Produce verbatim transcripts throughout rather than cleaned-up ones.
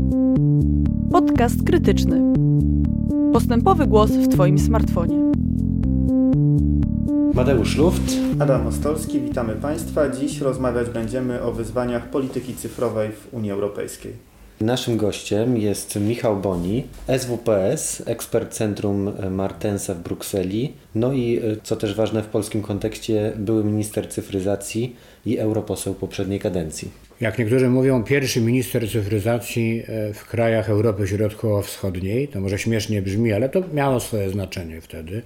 Podcast krytyczny. Postępowy głos w Twoim smartfonie. Mateusz Luft. Adam Ostolski, witamy Państwa. Dziś rozmawiać będziemy o wyzwaniach polityki cyfrowej w Unii Europejskiej. Naszym gościem jest Michał Boni, S W P S, ekspert Centrum Martensa w Brukseli, no i co też ważne w polskim kontekście, były minister cyfryzacji i europoseł poprzedniej kadencji. Jak niektórzy mówią, pierwszy minister cyfryzacji w krajach Europy Środkowo-Wschodniej, to może śmiesznie brzmi, ale to miało swoje znaczenie wtedy,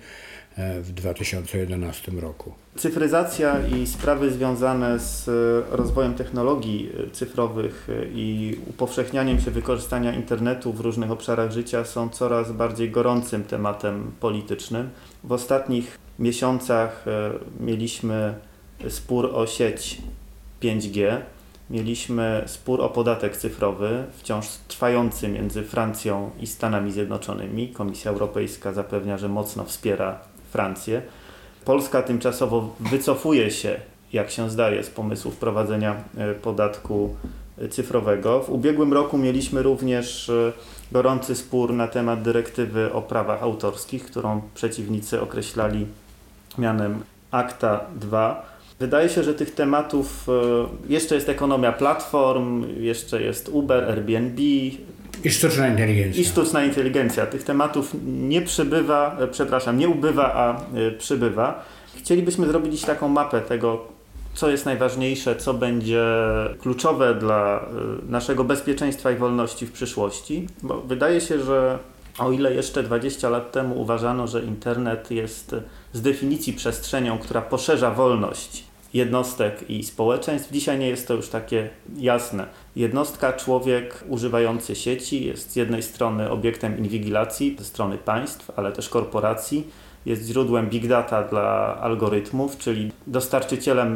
w dwa tysiące jedenastym roku. Cyfryzacja i sprawy związane z rozwojem technologii cyfrowych i upowszechnianiem się wykorzystania internetu w różnych obszarach życia są coraz bardziej gorącym tematem politycznym. W ostatnich miesiącach mieliśmy spór o sieć pięć G, mieliśmy spór o podatek cyfrowy, wciąż trwający między Francją i Stanami Zjednoczonymi. Komisja Europejska zapewnia, że mocno wspiera Francję. Polska tymczasowo wycofuje się, jak się zdaje, z pomysłu wprowadzenia podatku cyfrowego. W ubiegłym roku mieliśmy również gorący spór na temat dyrektywy o prawach autorskich, którą przeciwnicy określali mianem ACTA dwa. Wydaje się, że tych tematów jeszcze jest ekonomia platform, jeszcze jest Uber, Airbnb. I sztuczna inteligencja. I sztuczna inteligencja. Tych tematów nie przybywa, przepraszam, nie ubywa, a przybywa. Chcielibyśmy zrobić dziś taką mapę tego, co jest najważniejsze, co będzie kluczowe dla naszego bezpieczeństwa i wolności w przyszłości. Bo wydaje się, że o ile jeszcze dwadzieścia lat temu uważano, że internet jest z definicji przestrzenią, która poszerza wolność jednostek i społeczeństw, dzisiaj nie jest to już takie jasne. Jednostka, człowiek używający sieci jest z jednej strony obiektem inwigilacji ze strony państw, ale też korporacji. Jest źródłem big data dla algorytmów, czyli dostarczycielem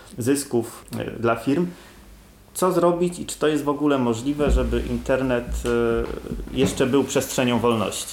zysków dla firm. Co zrobić i czy to jest w ogóle możliwe, żeby internet jeszcze był przestrzenią wolności?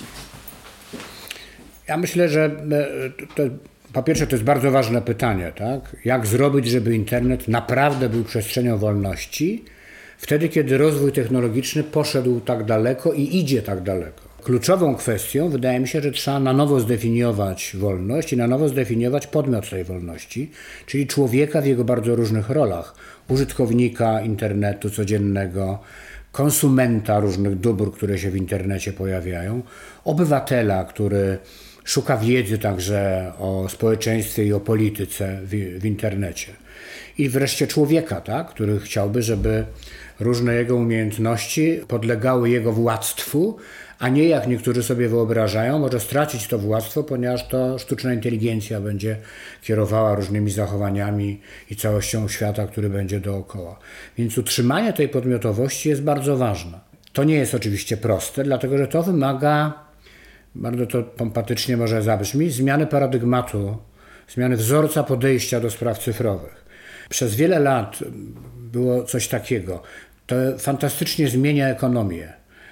Ja myślę, że to, po pierwsze to jest bardzo ważne pytanie, tak? Jak zrobić, żeby internet naprawdę był przestrzenią wolności, wtedy kiedy rozwój technologiczny poszedł tak daleko i idzie tak daleko. Kluczową kwestią wydaje mi się, że trzeba na nowo zdefiniować wolność i na nowo zdefiniować podmiot tej wolności, czyli człowieka w jego bardzo różnych rolach. Użytkownika internetu codziennego, konsumenta różnych dóbr, które się w internecie pojawiają, obywatela, który szuka wiedzy także o społeczeństwie i o polityce w, w internecie. I wreszcie człowieka, tak, który chciałby, żeby różne jego umiejętności podlegały jego władztwu, a nie, jak niektórzy sobie wyobrażają, może stracić to władztwo, ponieważ to sztuczna inteligencja będzie kierowała różnymi zachowaniami i całością świata, który będzie dookoła. Więc utrzymanie tej podmiotowości jest bardzo ważne. To nie jest oczywiście proste, dlatego że to wymaga, bardzo to pompatycznie może zabrzmi, zmiany paradygmatu, zmiany wzorca podejścia do spraw cyfrowych. Przez wiele lat było coś takiego. To fantastycznie zmienia ekonomię.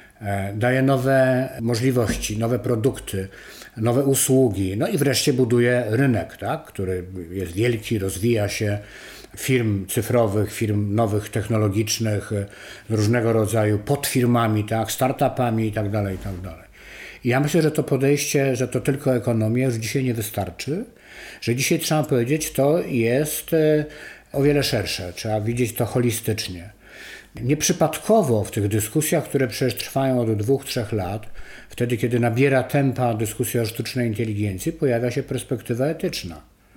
Daje nowe możliwości, nowe produkty, nowe usługi, no i wreszcie buduje rynek, tak, który jest wielki, rozwija się, firm cyfrowych, firm nowych, technologicznych, różnego rodzaju podfirmami, tak, startupami i tak dalej, i tak dalej. I ja myślę, że to podejście, że to tylko ekonomia już dzisiaj nie wystarczy, że dzisiaj trzeba powiedzieć, to jest o wiele szersze, trzeba widzieć to holistycznie. Nieprzypadkowo w tych dyskusjach, które przecież trwają od dwóch, trzech lat, wtedy kiedy nabiera tempa dyskusja o sztucznej inteligencji, pojawia się perspektywa etyczna.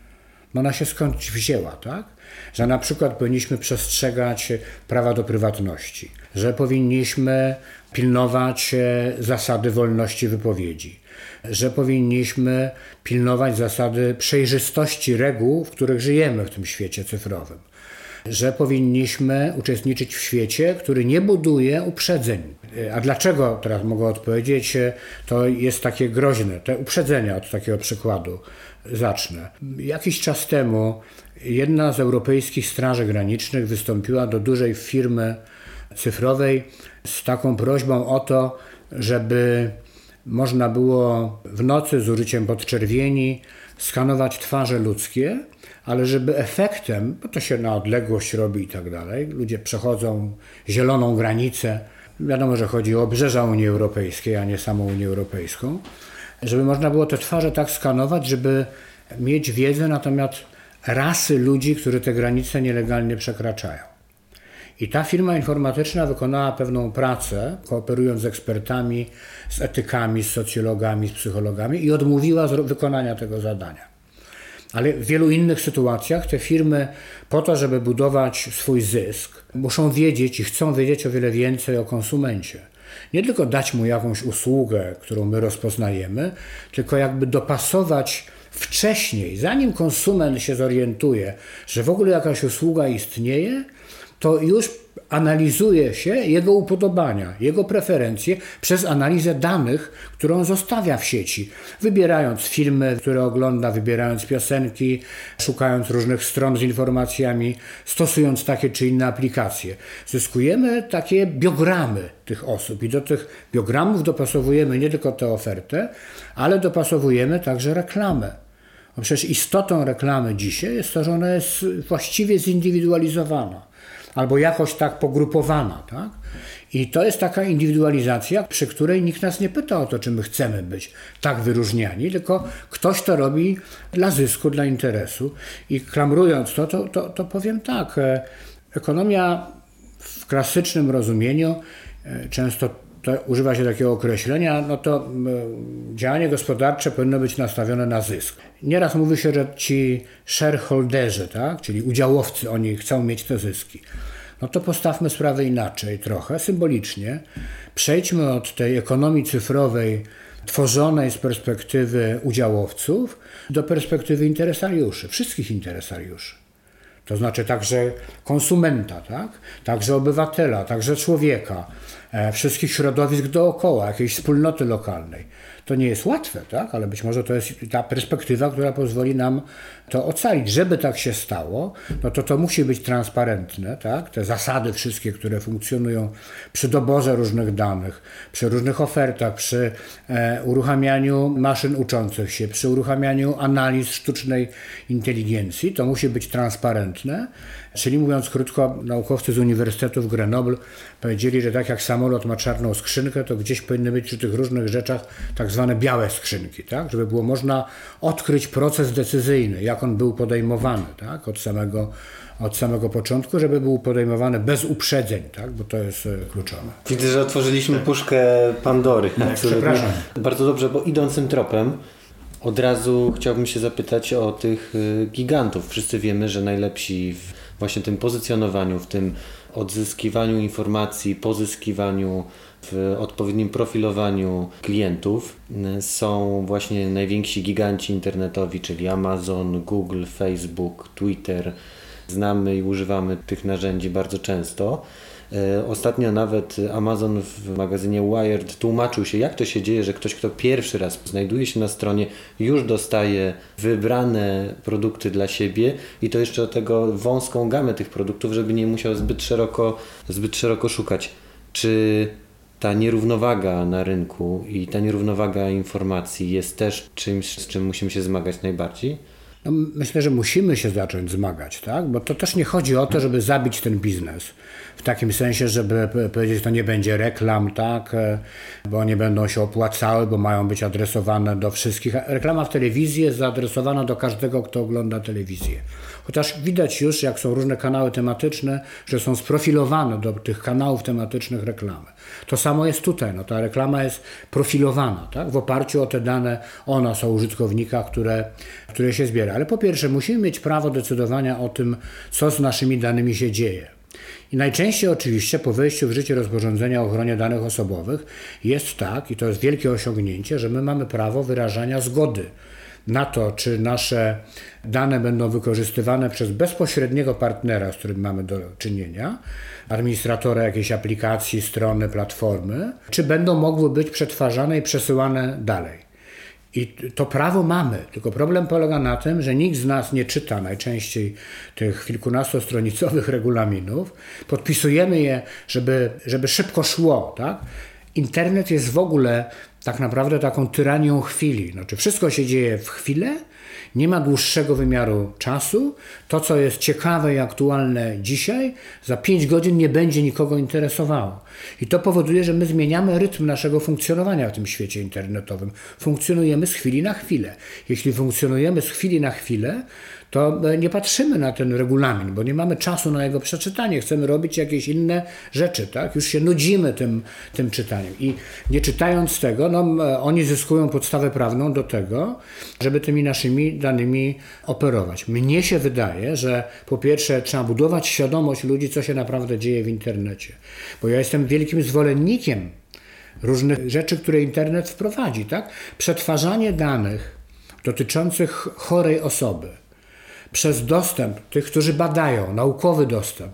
No ona się skądś wzięła, tak? Że na przykład powinniśmy przestrzegać prawa do prywatności, że powinniśmy pilnować zasady wolności wypowiedzi, że powinniśmy pilnować zasady przejrzystości reguł, w których żyjemy w tym świecie cyfrowym, że powinniśmy uczestniczyć w świecie, który nie buduje uprzedzeń. A dlaczego, teraz mogę odpowiedzieć, to jest takie groźne, te uprzedzenia, od takiego przykładu zacznę. Jakiś czas temu jedna z europejskich straży granicznych wystąpiła do dużej firmy cyfrowej z taką prośbą o to, żeby można było w nocy z użyciem podczerwieni skanować twarze ludzkie, ale żeby efektem, bo to się na odległość robi i tak dalej, ludzie przechodzą zieloną granicę wiadomo, że chodzi o obrzeża Unii Europejskiej, a nie samą Unię Europejską, żeby można było te twarze tak skanować, żeby mieć wiedzę na temat rasy ludzi, którzy te granice nielegalnie przekraczają. I ta firma informatyczna wykonała pewną pracę, kooperując z ekspertami, z etykami, z socjologami, z psychologami i odmówiła wykonania tego zadania. Ale w wielu innych sytuacjach te firmy po to, żeby budować swój zysk, muszą wiedzieć i chcą wiedzieć o wiele więcej o konsumencie. Nie tylko dać mu jakąś usługę, którą my rozpoznajemy, tylko jakby dopasować wcześniej, zanim konsument się zorientuje, że w ogóle jakaś usługa istnieje, to już analizuje się jego upodobania, jego preferencje przez analizę danych, którą zostawia w sieci, wybierając filmy, które ogląda, wybierając piosenki, szukając różnych stron z informacjami, stosując takie czy inne aplikacje. Zyskujemy takie biogramy tych osób i do tych biogramów dopasowujemy nie tylko tę ofertę, ale dopasowujemy także reklamę. Bo przecież istotą reklamy dzisiaj jest to, że ona jest właściwie zindywidualizowana albo jakoś tak pogrupowana, tak? I to jest taka indywidualizacja, przy której nikt nas nie pyta o to, czy my chcemy być tak wyróżniani, tylko ktoś to robi dla zysku, dla interesu. I klamrując to, to, to, to powiem tak, ekonomia w klasycznym rozumieniu, często to używa się takiego określenia, no to działanie gospodarcze powinno być nastawione na zysk. Nieraz mówi się, że ci shareholderzy, tak, czyli udziałowcy, oni chcą mieć te zyski. No to postawmy sprawę inaczej trochę, symbolicznie. Przejdźmy od tej ekonomii cyfrowej tworzonej z perspektywy udziałowców do perspektywy interesariuszy, wszystkich interesariuszy. To znaczy także konsumenta, tak? Także obywatela, także człowieka, e, wszystkich środowisk dookoła, jakiejś wspólnoty lokalnej. To nie jest łatwe, tak? Ale być może to jest ta perspektywa, która pozwoli nam to ocalić. Żeby tak się stało, no to to musi być transparentne, tak? Te zasady wszystkie, które funkcjonują przy doborze różnych danych, przy różnych ofertach, przy e, uruchamianiu maszyn uczących się, przy uruchamianiu analiz sztucznej inteligencji, to musi być transparentne. Czyli mówiąc krótko, naukowcy z Uniwersytetu w Grenoble powiedzieli, że tak jak samolot ma czarną skrzynkę, to gdzieś powinny być przy tych różnych rzeczach tak zwane białe skrzynki, tak? Żeby było można odkryć proces decyzyjny, jak on był podejmowany, tak? Od samego, od samego początku, żeby był podejmowany bez uprzedzeń, tak? Bo to jest kluczowe. Widzę, że otworzyliśmy puszkę Pandory. No, przepraszam. Bardzo dobrze, bo idąc tym tropem, od razu chciałbym się zapytać o tych gigantów. Wszyscy wiemy, że najlepsi w właśnie tym pozycjonowaniu, w tym odzyskiwaniu informacji, pozyskiwaniu, w odpowiednim profilowaniu klientów są właśnie najwięksi giganci internetowi, czyli Amazon, Google, Facebook, Twitter. Znamy i używamy tych narzędzi bardzo często. Ostatnio nawet Amazon w magazynie Wired tłumaczył się, jak to się dzieje, że ktoś, kto pierwszy raz znajduje się na stronie, już dostaje wybrane produkty dla siebie i to jeszcze do tego wąską gamę tych produktów, żeby nie musiał zbyt szeroko, zbyt szeroko szukać. Czy ta nierównowaga na rynku i ta nierównowaga informacji jest też czymś, z czym musimy się zmagać najbardziej? No, myślę, że musimy się zacząć zmagać, tak? Bo to też nie chodzi o to, żeby zabić ten biznes. W takim sensie, żeby powiedzieć, że to nie będzie reklam, tak? Bo nie będą się opłacały, bo mają być adresowane do wszystkich. Reklama w telewizji jest zaadresowana do każdego, kto ogląda telewizję. Chociaż widać już, jak są różne kanały tematyczne, że są sprofilowane do tych kanałów tematycznych reklamy. To samo jest tutaj. No, ta reklama jest profilowana, tak? W oparciu o te dane o nas, o użytkownikach, które, które się zbiera. Ale po pierwsze, musimy mieć prawo decydowania o tym, co z naszymi danymi się dzieje. I najczęściej oczywiście po wejściu w życie rozporządzenia o ochronie danych osobowych jest tak, i to jest wielkie osiągnięcie, że my mamy prawo wyrażania zgody na to, czy nasze dane będą wykorzystywane przez bezpośredniego partnera, z którym mamy do czynienia, administratora jakiejś aplikacji, strony, platformy, czy będą mogły być przetwarzane i przesyłane dalej. I to prawo mamy, tylko problem polega na tym, że nikt z nas nie czyta najczęściej tych kilkunastostronicowych regulaminów. Podpisujemy je, żeby, żeby szybko szło, tak? Internet jest w ogóle tak naprawdę taką tyranią chwili. Znaczy wszystko się dzieje w chwilę, nie ma dłuższego wymiaru czasu. To, co jest ciekawe i aktualne dzisiaj, za pięć godzin nie będzie nikogo interesowało. I to powoduje, że my zmieniamy rytm naszego funkcjonowania w tym świecie internetowym. Funkcjonujemy z chwili na chwilę. Jeśli funkcjonujemy z chwili na chwilę, to nie patrzymy na ten regulamin, bo nie mamy czasu na jego przeczytanie. Chcemy robić jakieś inne rzeczy, tak? Już się nudzimy tym, tym czytaniem. I nie czytając tego, no, oni zyskują podstawę prawną do tego, żeby tymi naszymi danymi operować. Mnie się wydaje, że po pierwsze trzeba budować świadomość ludzi, co się naprawdę dzieje w internecie. Bo ja jestem wielkim zwolennikiem różnych rzeczy, które internet wprowadzi, tak? Przetwarzanie danych dotyczących chorej osoby przez dostęp tych, którzy badają, naukowy dostęp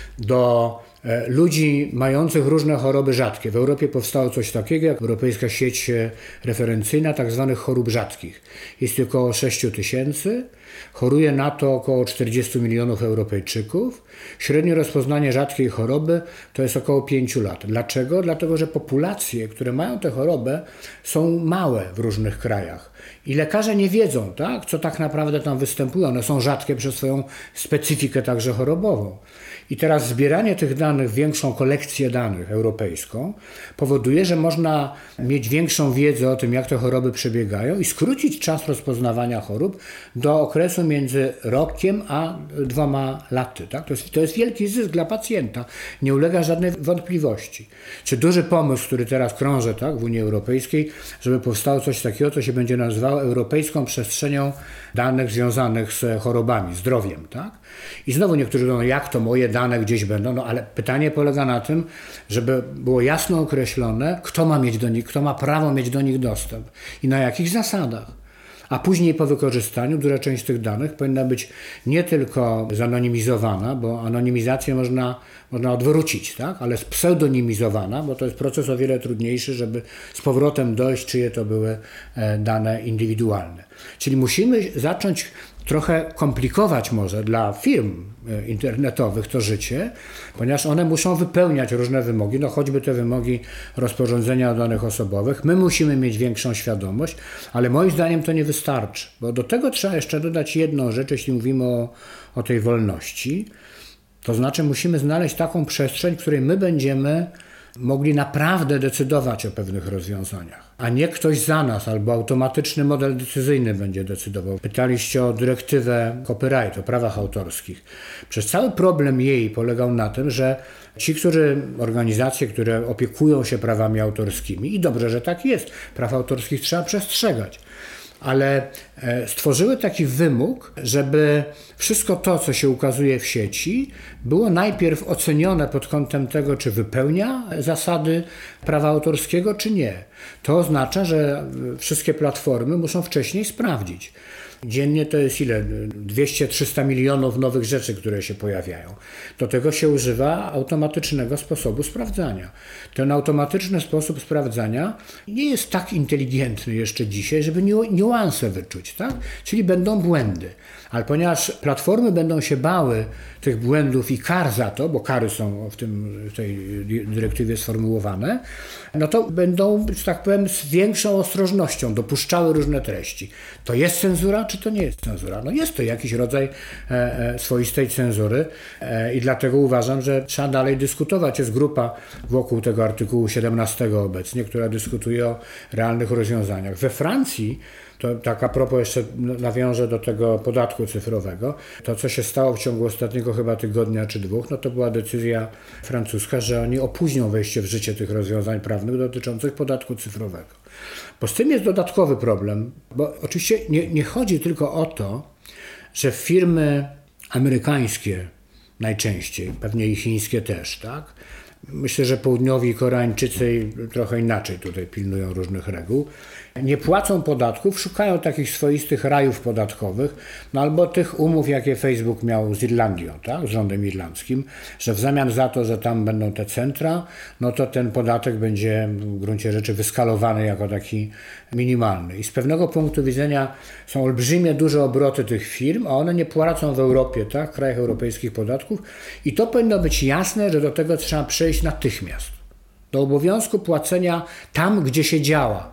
do e, ludzi mających różne choroby rzadkie. W Europie powstało coś takiego jak Europejska Sieć Referencyjna tak zwanych chorób rzadkich. Jest około sześć tysięcy, choruje na to około czterdzieści milionów Europejczyków. Średnie rozpoznanie rzadkiej choroby to jest około pięć lat. Dlaczego? Dlatego, że populacje, które mają tę chorobę, są małe w różnych krajach. I lekarze nie wiedzą, tak, co tak naprawdę tam występuje. One są rzadkie przez swoją specyfikę także chorobową. I teraz zbieranie tych danych, większą kolekcję danych europejską powoduje, że można mieć większą wiedzę o tym, jak te choroby przebiegają i skrócić czas rozpoznawania chorób do okresu między rokiem a dwoma laty. Tak? To jest, to jest wielki zysk dla pacjenta. Nie ulega żadnej wątpliwości. Czy duży pomysł, który teraz krąży, tak, w Unii Europejskiej, żeby powstało coś takiego, co się będzie nazywało europejską przestrzenią danych związanych z chorobami, zdrowiem. Tak? I znowu niektórzy mówią, jak to moje dane gdzieś będą, no ale pytanie polega na tym, żeby było jasno określone, kto ma mieć do nich, kto ma prawo mieć do nich dostęp i na jakich zasadach. A później po wykorzystaniu duża część tych danych powinna być nie tylko zanonimizowana, bo anonimizację można, można odwrócić, tak? Ale spseudonimizowana, bo to jest proces o wiele trudniejszy, żeby z powrotem dojść, czyje to były dane indywidualne. Czyli musimy zacząć trochę komplikować może dla firm internetowych to życie, ponieważ one muszą wypełniać różne wymogi, no choćby te wymogi rozporządzenia o danych osobowych. My musimy mieć większą świadomość, ale moim zdaniem to nie wystarczy, bo do tego trzeba jeszcze dodać jedną rzecz, jeśli mówimy o, o tej wolności, to znaczy musimy znaleźć taką przestrzeń, w której my będziemy mogli naprawdę decydować o pewnych rozwiązaniach, a nie ktoś za nas albo automatyczny model decyzyjny będzie decydował. Pytaliście o dyrektywę copyright, o prawach autorskich. Przez cały problem jej polegał na tym, że ci, którzy, organizacje, które opiekują się prawami autorskimi, i dobrze, że tak jest, praw autorskich trzeba przestrzegać, ale stworzyły taki wymóg, żeby wszystko to, co się ukazuje w sieci, było najpierw ocenione pod kątem tego, czy wypełnia zasady prawa autorskiego, czy nie. To oznacza, że wszystkie platformy muszą wcześniej sprawdzić. Dziennie to jest ile? dwieście do trzystu milionów nowych rzeczy, które się pojawiają. Do tego się używa automatycznego sposobu sprawdzania. Ten automatyczny sposób sprawdzania nie jest tak inteligentny jeszcze dzisiaj, żeby niuanse wyczuć, tak? Czyli będą błędy. Ale ponieważ platformy będą się bały tych błędów i kar za to, bo kary są w, tym, w tej dyrektywie sformułowane, no to będą, że tak powiem, z większą ostrożnością dopuszczały różne treści. To jest cenzura, czy to nie jest cenzura? No jest to jakiś rodzaj e, e, swoistej cenzury e, i dlatego uważam, że trzeba dalej dyskutować. Jest grupa wokół tego artykułu siedemnastego obecnie, która dyskutuje o realnych rozwiązaniach. We Francji, to tak a propos jeszcze nawiążę do tego podatku cyfrowego, to co się stało w ciągu ostatniego chyba tygodnia czy dwóch, no to była decyzja francuska, że oni opóźnią wejście w życie tych rozwiązań prawnych dotyczących podatku cyfrowego. Bo z tym jest dodatkowy problem, bo oczywiście nie, nie chodzi tylko o to, że firmy amerykańskie najczęściej, pewnie i chińskie też, tak? Myślę, że południowi Koreańczycy trochę inaczej tutaj pilnują różnych reguł. Nie płacą podatków, szukają takich swoistych rajów podatkowych, no albo tych umów, jakie Facebook miał z Irlandią, tak, z rządem irlandzkim, że w zamian za to, że tam będą te centra, no to ten podatek będzie w gruncie rzeczy wyskalowany jako taki minimalny. I z pewnego punktu widzenia są olbrzymie, duże obroty tych firm, a one nie płacą w Europie, tak, w krajach europejskich podatków i to powinno być jasne, że do tego trzeba przejść natychmiast. Do obowiązku płacenia tam, gdzie się działa.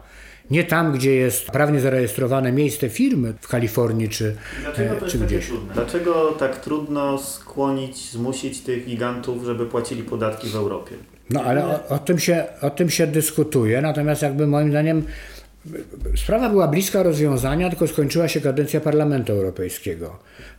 Nie tam, gdzie jest prawnie zarejestrowane miejsce firmy w Kalifornii czy, Dlaczego to czy jest gdzieś. trudne? Dlaczego tak trudno skłonić, zmusić tych gigantów, żeby płacili podatki w Europie? No ale o, o, tym się, o tym się dyskutuje, natomiast jakby moim zdaniem sprawa była bliska rozwiązania, tylko skończyła się kadencja Parlamentu Europejskiego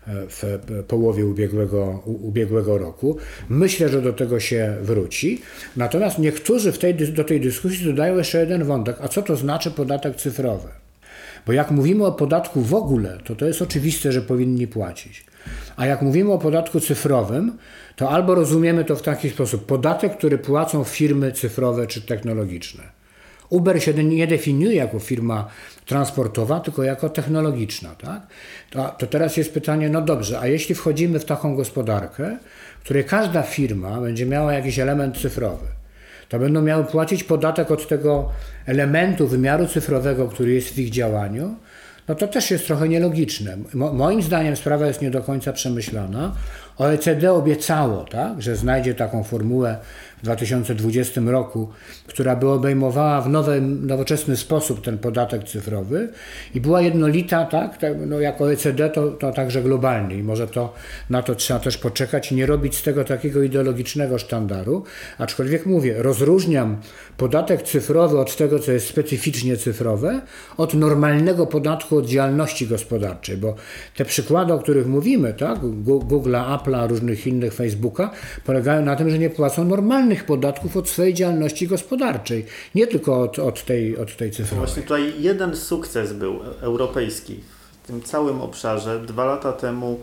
w połowie ubiegłego, ubiegłego roku. Myślę, że do tego się wróci. Natomiast niektórzy w tej, do tej dyskusji dodają jeszcze jeden wątek. A co to znaczy podatek cyfrowy? Bo jak mówimy o podatku w ogóle, to to jest oczywiste, że powinni płacić. A jak mówimy o podatku cyfrowym, to albo rozumiemy to w taki sposób. Podatek, który płacą firmy cyfrowe czy technologiczne. Uber się nie definiuje jako firma transportowa, tylko jako technologiczna. Tak? To, to teraz jest pytanie, no dobrze, a jeśli wchodzimy w taką gospodarkę, w której każda firma będzie miała jakiś element cyfrowy, to będą miały płacić podatek od tego elementu wymiaru cyfrowego, który jest w ich działaniu, no to też jest trochę nielogiczne. Mo, moim zdaniem sprawa jest nie do końca przemyślana. O E C D obiecało, tak, że znajdzie taką formułę w dwa tysiące dwudziestym roku, która by obejmowała w nowy, nowoczesny sposób ten podatek cyfrowy i była jednolita, tak, no jako O E C D to, to także globalnie i może to na to trzeba też poczekać i nie robić z tego takiego ideologicznego sztandaru, aczkolwiek mówię, rozróżniam podatek cyfrowy od tego, co jest specyficznie cyfrowe, od normalnego podatku od działalności gospodarczej, bo te przykłady, o których mówimy, tak, Google'a, Apple'a, różnych innych, Facebooka, polegają na tym, że nie płacą normalnych podatków od swojej działalności gospodarczej, nie tylko od, od, tej, od tej cyfrowej. Właśnie tutaj jeden sukces był europejski w tym całym obszarze. Dwa lata temu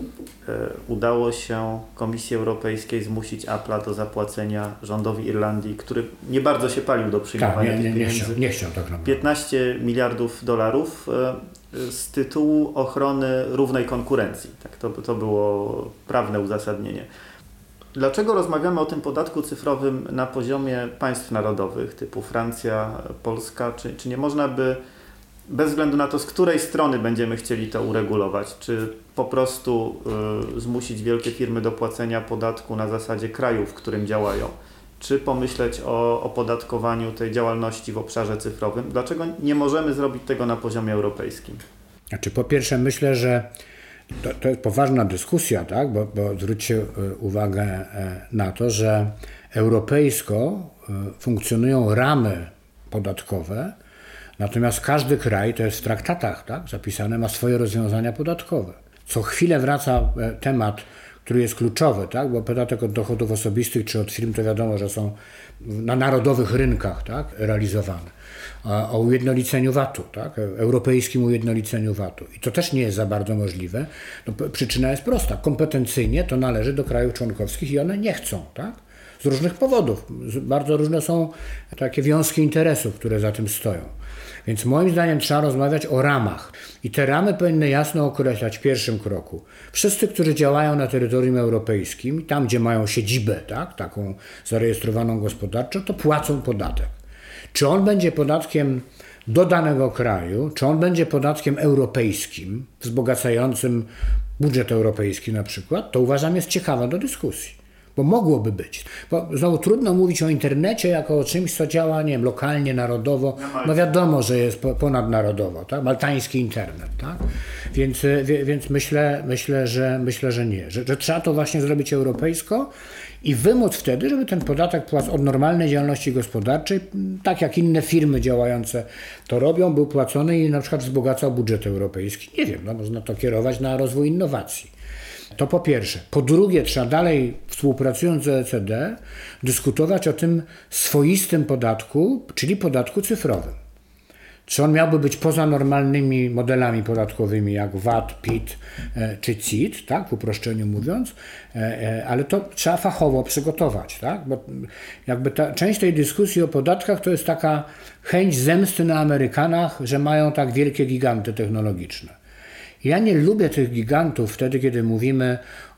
e, udało się Komisji Europejskiej zmusić Apple'a do zapłacenia rządowi Irlandii, który nie bardzo się palił do przyjmowania tak, nie, tych nie, nie pieniędzy. Chciał, nie chciał tak naprawdę. piętnaście miliardów dolarów e, z tytułu ochrony równej konkurencji. Tak, to, to było prawne uzasadnienie. Dlaczego rozmawiamy o tym podatku cyfrowym na poziomie państw narodowych typu Francja, Polska? Czy, czy nie można by, bez względu na to, z której strony będziemy chcieli to uregulować, czy po prostu y, zmusić wielkie firmy do płacenia podatku na zasadzie kraju, w którym działają? Czy pomyśleć o opodatkowaniu tej działalności w obszarze cyfrowym? Dlaczego nie możemy zrobić tego na poziomie europejskim? Znaczy, po pierwsze myślę, że to, to jest poważna dyskusja, tak? bo, bo zwróćcie uwagę na to, że europejsko funkcjonują ramy podatkowe, natomiast każdy kraj, to jest w traktatach tak? zapisane, ma swoje rozwiązania podatkowe. Co chwilę wraca temat, który jest kluczowy, tak? bo podatek od dochodów osobistych czy od firm to wiadomo, że są na narodowych rynkach tak? realizowane. O ujednoliceniu V A T-u, tak? europejskim ujednoliceniu V A T-u. I to też nie jest za bardzo możliwe. No, przyczyna jest prosta. Kompetencyjnie to należy do krajów członkowskich i one nie chcą. Tak? Z różnych powodów. Bardzo różne są takie wiązki interesów, które za tym stoją. Więc moim zdaniem trzeba rozmawiać o ramach. I te ramy powinny jasno określać w pierwszym kroku. Wszyscy, którzy działają na terytorium europejskim, tam gdzie mają siedzibę, tak? taką zarejestrowaną gospodarczo, to płacą podatek. Czy on będzie podatkiem do danego kraju, czy on będzie podatkiem europejskim, wzbogacającym budżet europejski na przykład, to uważam jest ciekawe do dyskusji, bo mogłoby być. Bo znowu trudno mówić o internecie jako o czymś, co działa, nie wiem, lokalnie, narodowo. No wiadomo, że jest ponadnarodowo, tak? Maltański internet, tak? Więc, więc myślę, myślę, że, myślę, że nie, że, że trzeba to właśnie zrobić europejsko i wymóc wtedy, żeby ten podatek płacony od normalnej działalności gospodarczej, tak jak inne firmy działające to robią, był płacony i na przykład wzbogacał budżet europejski. Nie wiem, no można to kierować na rozwój innowacji. To po pierwsze. Po drugie, trzeba dalej, współpracując z O E C D, dyskutować o tym swoistym podatku, czyli podatku cyfrowym. Czy on miałby być poza normalnymi modelami podatkowymi, jak V A T, P I T czy C I T, tak, w uproszczeniu mówiąc, ale to trzeba fachowo przygotować, tak, bo jakby ta część tej dyskusji o podatkach to jest taka chęć zemsty na Amerykanach, że mają tak wielkie giganty technologiczne. Ja nie lubię tych gigantów wtedy, kiedy mówimy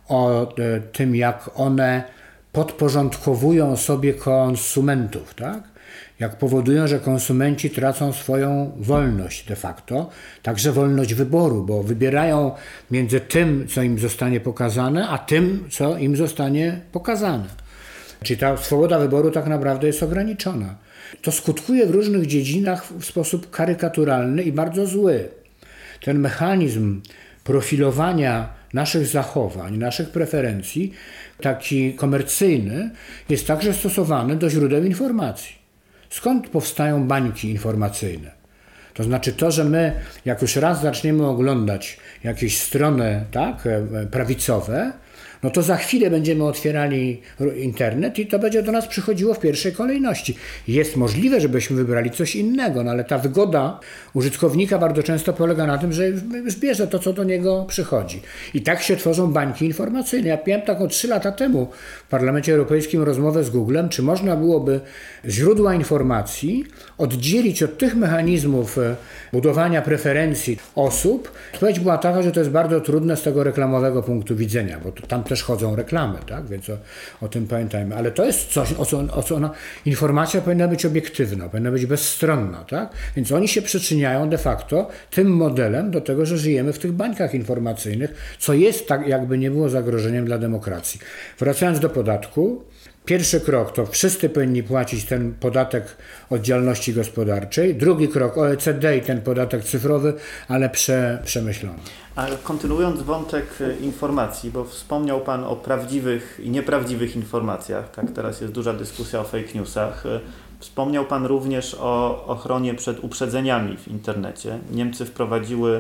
o tym, jak one podporządkowują sobie konsumentów, tak? Jak powodują, że konsumenci tracą swoją wolność de facto, także wolność wyboru, bo wybierają między tym, co im zostanie pokazane, a tym, co im zostanie pokazane. Czyli ta swoboda wyboru tak naprawdę jest ograniczona. To skutkuje w różnych dziedzinach w sposób karykaturalny i bardzo zły. Ten mechanizm profilowania naszych zachowań, naszych preferencji, taki komercyjny, jest także stosowany do źródeł informacji. Skąd powstają bańki informacyjne? To znaczy to, że my jak już raz zaczniemy oglądać jakieś strony tak, prawicowe, no to za chwilę będziemy otwierali internet i to będzie do nas przychodziło w pierwszej kolejności. Jest możliwe, żebyśmy wybrali coś innego, no ale ta wygoda użytkownika bardzo często polega na tym, że już bierze to, co do niego przychodzi. I tak się tworzą bańki informacyjne. Ja miałem taką trzy lata temu w Parlamencie Europejskim rozmowę z Googlem, czy można byłoby źródła informacji oddzielić od tych mechanizmów budowania preferencji osób. Odpowiedź była taka, że to jest bardzo trudne z tego reklamowego punktu widzenia, bo tam też chodzą reklamy, tak? Więc o, o tym pamiętajmy. Ale to jest coś, o co, o co ona, informacja powinna być obiektywna, powinna być bezstronna, tak? Więc oni się przyczyniają de facto tym modelem do tego, że żyjemy w tych bańkach informacyjnych, co jest tak, jakby nie było zagrożeniem dla demokracji. Wracając do podatku, pierwszy krok to wszyscy powinni płacić ten podatek od działalności gospodarczej. Drugi krok O E C D i ten podatek cyfrowy, ale prze, przemyślony. Ale kontynuując wątek informacji, bo wspomniał Pan o prawdziwych i nieprawdziwych informacjach, tak, teraz jest duża dyskusja o fake newsach. Wspomniał Pan również o ochronie przed uprzedzeniami w internecie. Niemcy wprowadziły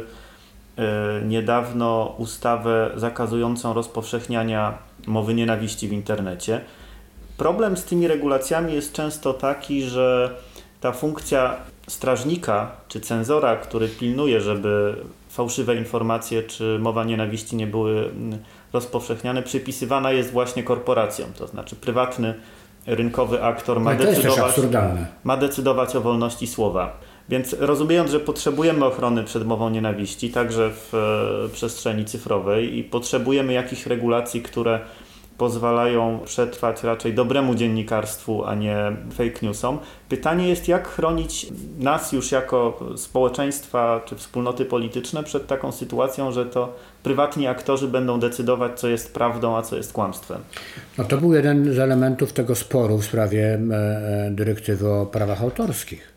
niedawno ustawę zakazującą rozpowszechniania mowy nienawiści w internecie. Problem z tymi regulacjami jest często taki, że ta funkcja strażnika czy cenzora, który pilnuje, żeby fałszywe informacje czy mowa nienawiści nie były rozpowszechniane, przypisywana jest właśnie korporacjom. To znaczy prywatny, rynkowy aktor ma, no decydować, ma decydować o wolności słowa. Więc rozumiejąc, że potrzebujemy ochrony przed mową nienawiści, także w e, przestrzeni cyfrowej i potrzebujemy jakichś regulacji, które pozwalają przetrwać raczej dobremu dziennikarstwu, a nie fake newsom. Pytanie jest, jak chronić nas już jako społeczeństwa czy wspólnoty polityczne przed taką sytuacją, że to prywatni aktorzy będą decydować, co jest prawdą, a co jest kłamstwem. No to był jeden z elementów tego sporu w sprawie e, dyrektywy o prawach autorskich.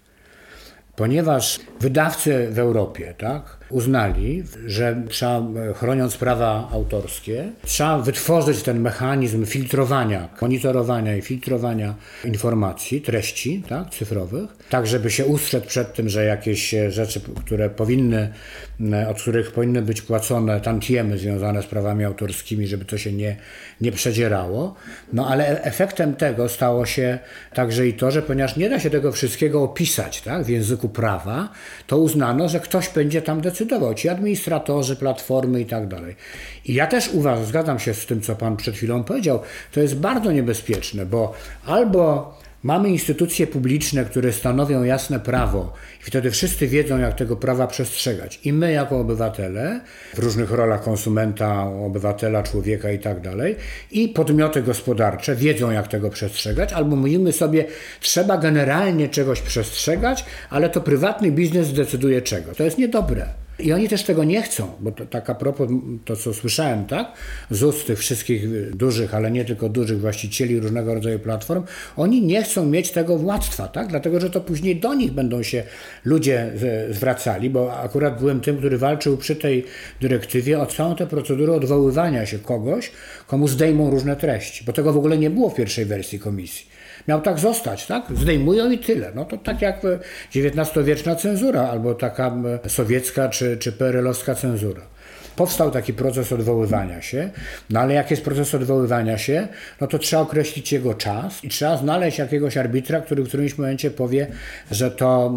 Ponieważ wydawcy w Europie tak, uznali, że trzeba, chroniąc prawa autorskie, trzeba wytworzyć ten mechanizm filtrowania, monitorowania i filtrowania informacji, treści tak, cyfrowych, tak żeby się ustrzec przed tym, że jakieś rzeczy, które powinny, od których powinny być płacone tantiemy związane z prawami autorskimi, żeby to się nie, nie przedzierało. No ale efektem tego stało się także i to, że ponieważ nie da się tego wszystkiego opisać tak, w języku prawa, to uznano, że ktoś będzie tam decydował, ci administratorzy, platformy i tak dalej. I ja też uważam, zgadzam się z tym, co Pan przed chwilą powiedział, to jest bardzo niebezpieczne, bo albo mamy instytucje publiczne, które stanowią jasne prawo i wtedy wszyscy wiedzą, jak tego prawa przestrzegać. I my jako obywatele, w różnych rolach konsumenta, obywatela, człowieka i tak dalej, i podmioty gospodarcze wiedzą, jak tego przestrzegać, albo mówimy sobie, trzeba generalnie czegoś przestrzegać, ale to prywatny biznes decyduje czego. To jest niedobre. I oni też tego nie chcą, bo to, tak a propos to, co słyszałem, tak, z ust tych wszystkich dużych, ale nie tylko dużych właścicieli różnego rodzaju platform, oni nie chcą mieć tego władztwa, tak, dlatego, że to później do nich będą się ludzie zwracali, bo akurat byłem tym, który walczył przy tej dyrektywie o całą tę procedurę odwoływania się kogoś, komu zdejmą różne treści, bo tego w ogóle nie było w pierwszej wersji komisji. Miał tak zostać, tak? Zdejmują i tyle. No to tak jak dziewiętnastowieczna cenzura, albo taka sowiecka czy, czy P R L-owska cenzura. Powstał taki proces odwoływania się, no ale jak jest proces odwoływania się, no to trzeba określić jego czas i trzeba znaleźć jakiegoś arbitra, który w którymś momencie powie, że to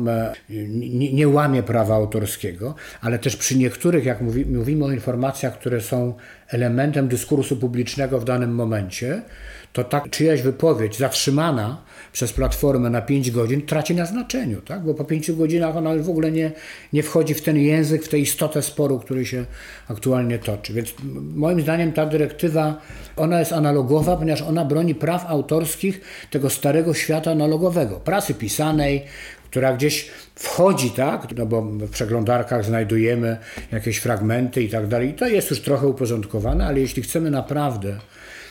nie, nie łamie prawa autorskiego, ale też przy niektórych, jak mówi, mówimy o informacjach, które są elementem dyskursu publicznego w danym momencie, to tak czyjaś wypowiedź zatrzymana przez platformę na pięć godzin traci na znaczeniu, tak? Bo po pięciu godzinach ona już w ogóle nie, nie wchodzi w ten język, w tę istotę sporu, który się aktualnie toczy. Więc moim zdaniem ta dyrektywa, ona jest analogowa, ponieważ ona broni praw autorskich tego starego świata analogowego, prasy pisanej, która gdzieś wchodzi, tak, no bo w przeglądarkach znajdujemy jakieś fragmenty i tak dalej. I to jest już trochę uporządkowane, ale jeśli chcemy naprawdę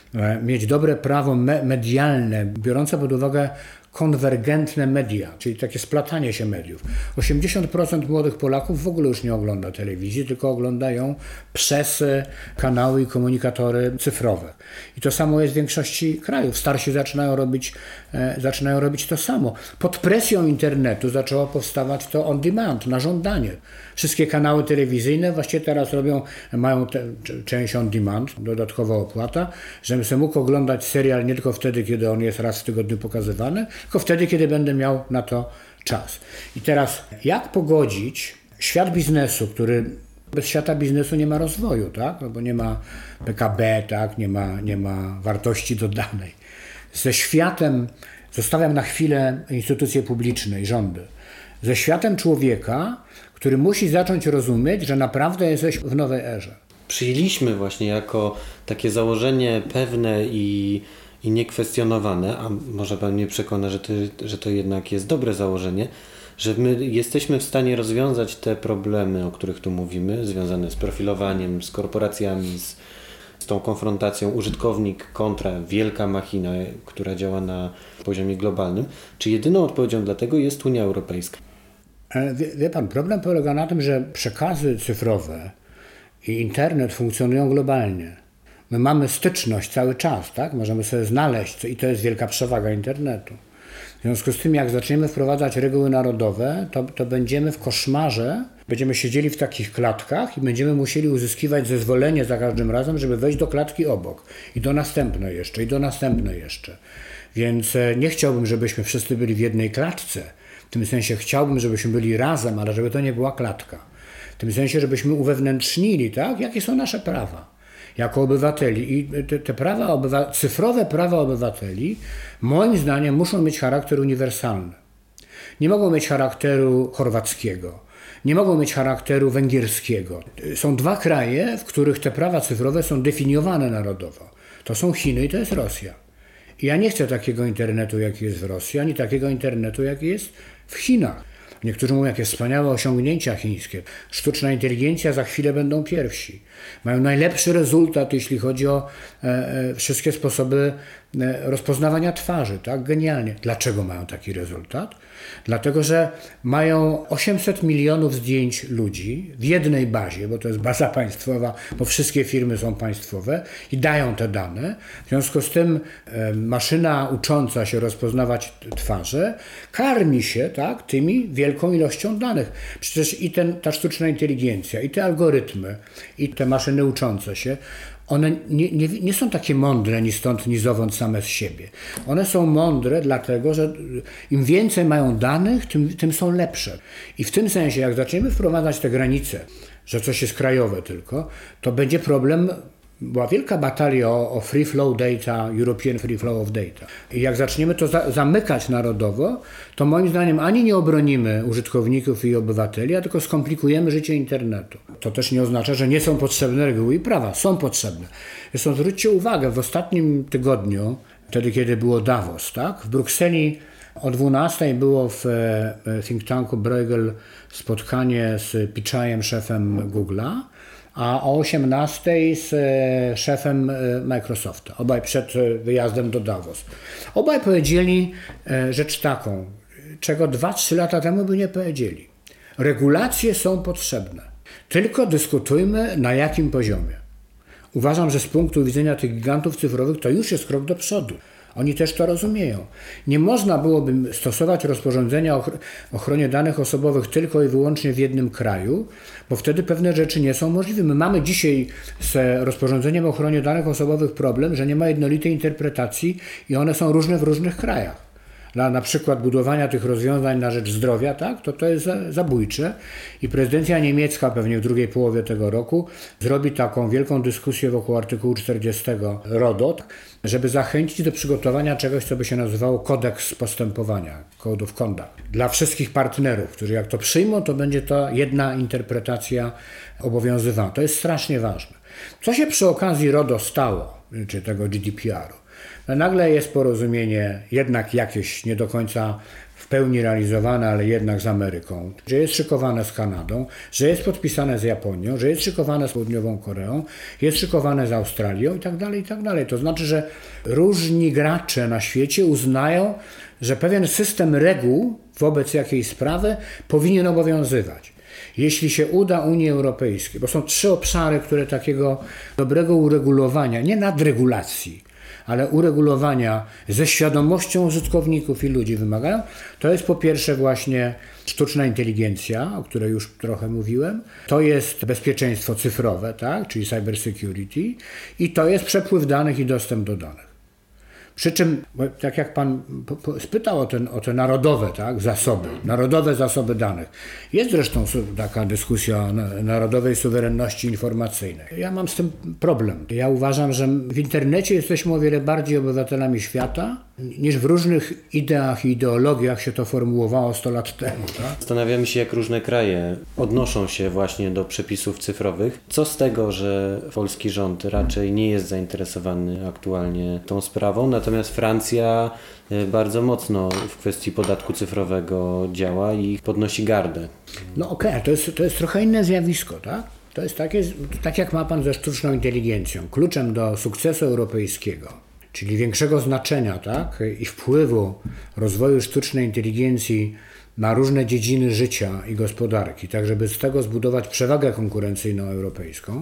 mieć dobre prawo me- medialne, biorące pod uwagę konwergentne media, czyli takie splatanie się mediów. osiemdziesiąt procent młodych Polaków w ogóle już nie ogląda telewizji, tylko oglądają przez kanały i komunikatory cyfrowe. I to samo jest w większości krajów. Starsi zaczynają robić, e, zaczynają robić to samo. Pod presją internetu zaczęło powstawać to on demand, na żądanie. Wszystkie kanały telewizyjne właściwie teraz robią, mają te, część on demand, dodatkowa opłata, żebym sobie mógł oglądać serial nie tylko wtedy, kiedy on jest raz w tygodniu pokazywany, tylko wtedy, kiedy będę miał na to czas. I teraz, jak pogodzić świat biznesu, który bez świata biznesu nie ma rozwoju, tak? No bo nie ma P K B, tak? nie ma, nie ma wartości dodanej. Ze światem, zostawiam na chwilę instytucje publiczne i rządy, ze światem człowieka, który musi zacząć rozumieć, że naprawdę jesteś w nowej erze. Przyjęliśmy właśnie jako takie założenie pewne i, i niekwestionowane, a może Pan mnie przekona, że to, że to jednak jest dobre założenie, że my jesteśmy w stanie rozwiązać te problemy, o których tu mówimy, związane z profilowaniem, z korporacjami, z, z tą konfrontacją użytkownik kontra wielka machina, która działa na poziomie globalnym. Czy jedyną odpowiedzią dla tego jest Unia Europejska? Wie, wie Pan, problem polega na tym, że przekazy cyfrowe i internet funkcjonują globalnie. My mamy styczność cały czas, tak? Możemy sobie znaleźć, i to jest wielka przewaga internetu. W związku z tym, jak zaczniemy wprowadzać reguły narodowe, to, to będziemy w koszmarze, będziemy siedzieli w takich klatkach i będziemy musieli uzyskiwać zezwolenie za każdym razem, żeby wejść do klatki obok. I do następnej jeszcze, i do następnej jeszcze. Więc nie chciałbym, żebyśmy wszyscy byli w jednej klatce. W tym sensie chciałbym, żebyśmy byli razem, ale żeby to nie była klatka. W tym sensie, żebyśmy uwewnętrznili, tak, jakie są nasze prawa jako obywateli. I te, te prawa obywa- cyfrowe prawa obywateli, moim zdaniem, muszą mieć charakter uniwersalny. Nie mogą mieć charakteru chorwackiego, nie mogą mieć charakteru węgierskiego. Są dwa kraje, w których te prawa cyfrowe są definiowane narodowo. To są Chiny i to jest Rosja. I ja nie chcę takiego internetu, jaki jest w Rosji, ani takiego internetu, jaki jest w Chinach. Niektórzy mówią, jakie wspaniałe osiągnięcia chińskie. Sztuczna inteligencja, za chwilę będą pierwsi. Mają najlepszy rezultat, jeśli chodzi o e, e, wszystkie sposoby e, rozpoznawania twarzy. Tak? Genialnie. Dlaczego mają taki rezultat? Dlatego, że mają osiemset milionów zdjęć ludzi w jednej bazie, bo to jest baza państwowa, bo wszystkie firmy są państwowe i dają te dane. W związku z tym e, maszyna ucząca się rozpoznawać twarze karmi się, tak, tymi wielką ilością danych. Przecież i ten, ta sztuczna inteligencja, i te algorytmy, i te maszyny uczące się, one nie, nie, nie są takie mądre ni stąd, ni zowąd same z siebie. One są mądre dlatego, że im więcej mają danych, tym, tym są lepsze. I w tym sensie, jak zaczniemy wprowadzać te granice, że coś jest krajowe tylko, to będzie problem. Była wielka batalia o, o free flow data, European free flow of data. I jak zaczniemy to za, zamykać narodowo, to moim zdaniem ani nie obronimy użytkowników i obywateli, a tylko skomplikujemy życie internetu. To też nie oznacza, że nie są potrzebne reguły i prawa. Są potrzebne. Zresztą zwróćcie uwagę, w ostatnim tygodniu, wtedy kiedy było Davos, tak, w Brukseli o dwunastej było w think tanku Bruegel spotkanie z Piczajem, szefem Google'a, a o osiemnastej z szefem Microsofta, obaj przed wyjazdem do Davos. Obaj powiedzieli rzecz taką, czego dwa trzy lata temu by nie powiedzieli. Regulacje są potrzebne, tylko dyskutujmy na jakim poziomie. Uważam, że z punktu widzenia tych gigantów cyfrowych to już jest krok do przodu. Oni też to rozumieją. Nie można byłoby stosować rozporządzenia o ochronie danych osobowych tylko i wyłącznie w jednym kraju, bo wtedy pewne rzeczy nie są możliwe. My mamy dzisiaj z rozporządzeniem o ochronie danych osobowych problem, że nie ma jednolitej interpretacji i one są różne w różnych krajach. Dla na przykład budowania tych rozwiązań na rzecz zdrowia, tak, to to jest zabójcze i prezydencja niemiecka pewnie w drugiej połowie tego roku zrobi taką wielką dyskusję wokół artykułu czterdziestego RODO, żeby zachęcić do przygotowania czegoś, co by się nazywało kodeks postępowania, code of conduct. Dla wszystkich partnerów, którzy jak to przyjmą, to będzie to jedna interpretacja obowiązywana. To jest strasznie ważne. Co się przy okazji RODO stało, czy tego G D P R u? no nagle jest porozumienie jednak jakieś nie do końca w pełni realizowane, ale jednak z Ameryką, że jest szykowane z Kanadą, że jest podpisane z Japonią, że jest szykowane z Południową Koreą, jest szykowane z Australią i tak dalej, i tak dalej. To znaczy, że różni gracze na świecie uznają, że pewien system reguł wobec jakiejś sprawy powinien obowiązywać. Jeśli się uda Unii Europejskiej, bo są trzy obszary, które takiego dobrego uregulowania, nie nadregulacji, ale uregulowania ze świadomością użytkowników i ludzi wymagają, to jest po pierwsze właśnie sztuczna inteligencja, o której już trochę mówiłem, to jest bezpieczeństwo cyfrowe, tak, czyli cybersecurity, i to jest przepływ danych i dostęp do danych. Przy czym, tak jak pan spytał o, ten, o te narodowe, tak, zasoby, narodowe zasoby danych. Jest zresztą taka dyskusja o narodowej suwerenności informacyjnej. Ja mam z tym problem. Ja uważam, że w internecie jesteśmy o wiele bardziej obywatelami świata, niż w różnych ideach i ideologiach się to formułowało sto lat temu. Tak? Zastanawiamy się, jak różne kraje odnoszą się właśnie do przepisów cyfrowych. Co z tego, że polski rząd raczej nie jest zainteresowany aktualnie tą sprawą, natomiast Francja bardzo mocno w kwestii podatku cyfrowego działa i podnosi gardę. No okej, okay, to jest, to jest trochę inne zjawisko, tak? To jest takie, tak jak ma pan ze sztuczną inteligencją. Kluczem do sukcesu europejskiego, czyli większego znaczenia, tak, i wpływu rozwoju sztucznej inteligencji na różne dziedziny życia i gospodarki, tak żeby z tego zbudować przewagę konkurencyjną europejską,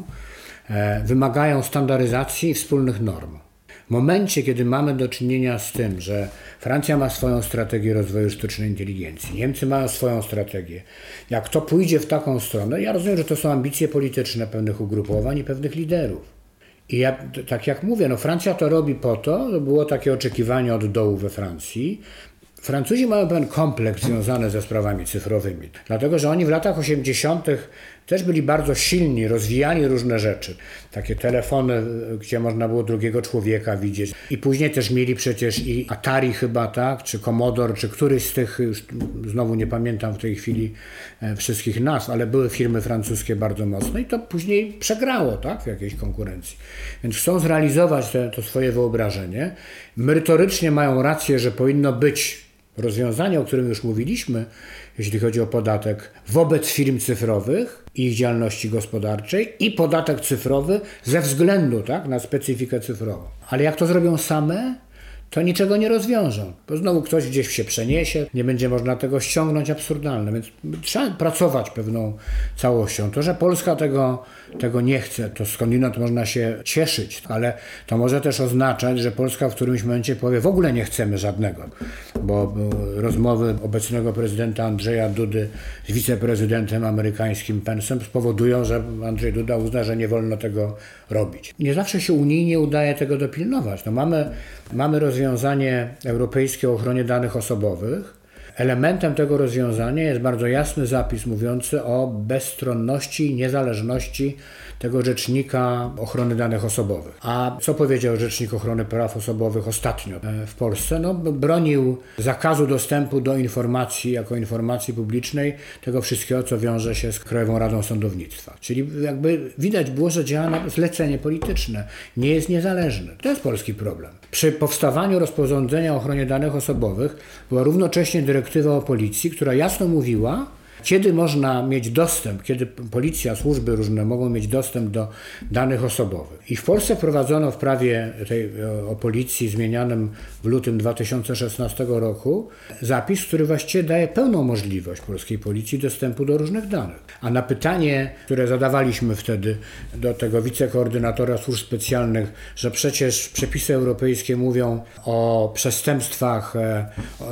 e, wymagają standaryzacji i wspólnych norm. W momencie, kiedy mamy do czynienia z tym, że Francja ma swoją strategię rozwoju sztucznej inteligencji, Niemcy mają swoją strategię, jak to pójdzie w taką stronę, ja rozumiem, że to są ambicje polityczne pewnych ugrupowań i pewnych liderów. I ja, tak jak mówię, no Francja to robi po to, że było takie oczekiwanie od dołu we Francji. Francuzi mają pewien kompleks związany ze sprawami cyfrowymi, dlatego że oni w latach osiemdziesiątych też byli bardzo silni, rozwijali różne rzeczy. Takie telefony, gdzie można było drugiego człowieka widzieć. I później też mieli przecież i Atari chyba, tak, czy Commodore, czy któryś z tych, już znowu nie pamiętam w tej chwili wszystkich nazw, ale były firmy francuskie bardzo mocne i to później przegrało, tak, w jakiejś konkurencji. Więc chcą zrealizować te, to swoje wyobrażenie. Merytorycznie mają rację, że powinno być rozwiązanie, o którym już mówiliśmy, jeśli chodzi o podatek wobec firm cyfrowych i ich działalności gospodarczej i podatek cyfrowy ze względu, tak, na specyfikę cyfrową. Ale jak to zrobią same, to niczego nie rozwiążą, bo znowu ktoś gdzieś się przeniesie, nie będzie można tego ściągnąć, absurdalne, więc trzeba pracować pewną całością. To, że Polska tego, tego nie chce, to skądinąd można się cieszyć, ale to może też oznaczać, że Polska w którymś momencie powie, w ogóle nie chcemy żadnego, bo rozmowy obecnego prezydenta Andrzeja Dudy z wiceprezydentem amerykańskim Pence'em spowodują, że Andrzej Duda uzna, że nie wolno tego robić. Nie zawsze się unijnie udaje tego dopilnować. No mamy, mamy rozwiązanie europejskie o ochronie danych osobowych. Elementem tego rozwiązania jest bardzo jasny zapis mówiący o bezstronności i niezależności tego Rzecznika Ochrony Danych Osobowych. A co powiedział Rzecznik Ochrony Praw Osobowych ostatnio w Polsce? No, bronił zakazu dostępu do informacji jako informacji publicznej, tego wszystkiego, co wiąże się z Krajową Radą Sądownictwa. Czyli jakby widać było, że działa na zlecenie polityczne, nie jest niezależny. To jest polski problem. Przy powstawaniu rozporządzenia o ochronie danych osobowych była równocześnie dyrektywa o policji, która jasno mówiła, kiedy można mieć dostęp, kiedy policja, służby różne mogą mieć dostęp do danych osobowych. I w Polsce wprowadzono w prawie tej, o policji zmienianym w lutym dwa tysiące szesnastego roku zapis, który właściwie daje pełną możliwość polskiej policji dostępu do różnych danych. A na pytanie, które zadawaliśmy wtedy do tego wicekoordynatora służb specjalnych, że przecież przepisy europejskie mówią o przestępstwach e,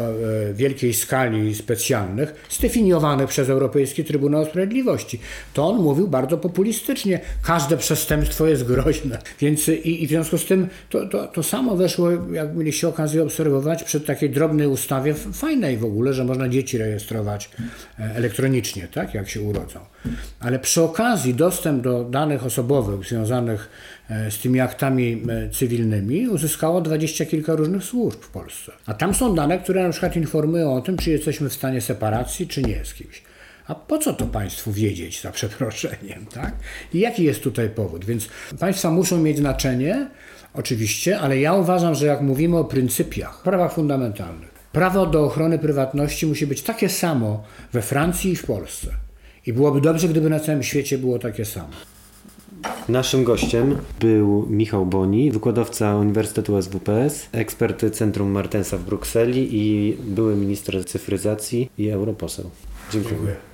e, wielkiej skali specjalnych, zdefiniowanych przez Europejski Trybunał Sprawiedliwości. To on mówił bardzo populistycznie. Każde przestępstwo jest groźne. Więc i, i w związku z tym to, to, to samo weszło, jak mieliście okazję obserwować, przy takiej drobnej ustawie fajnej w ogóle, że można dzieci rejestrować elektronicznie, tak, jak się urodzą. Ale przy okazji dostęp do danych osobowych związanych z tymi aktami cywilnymi uzyskało dwadzieścia kilka różnych służb w Polsce. A tam są dane, które na przykład informują o tym, czy jesteśmy w stanie separacji, czy nie z kimś. A po co to państwu wiedzieć, za przeproszeniem, tak? I jaki jest tutaj powód? Więc państwa muszą mieć znaczenie, oczywiście, ale ja uważam, że jak mówimy o pryncypiach, prawach fundamentalnych, prawo do ochrony prywatności musi być takie samo we Francji i w Polsce. I byłoby dobrze, gdyby na całym świecie było takie samo. Naszym gościem był Michał Boni, wykładowca Uniwersytetu S W P S, ekspert Centrum Martensa w Brukseli i były minister cyfryzacji i europoseł. Dziękuję. Dziękuję.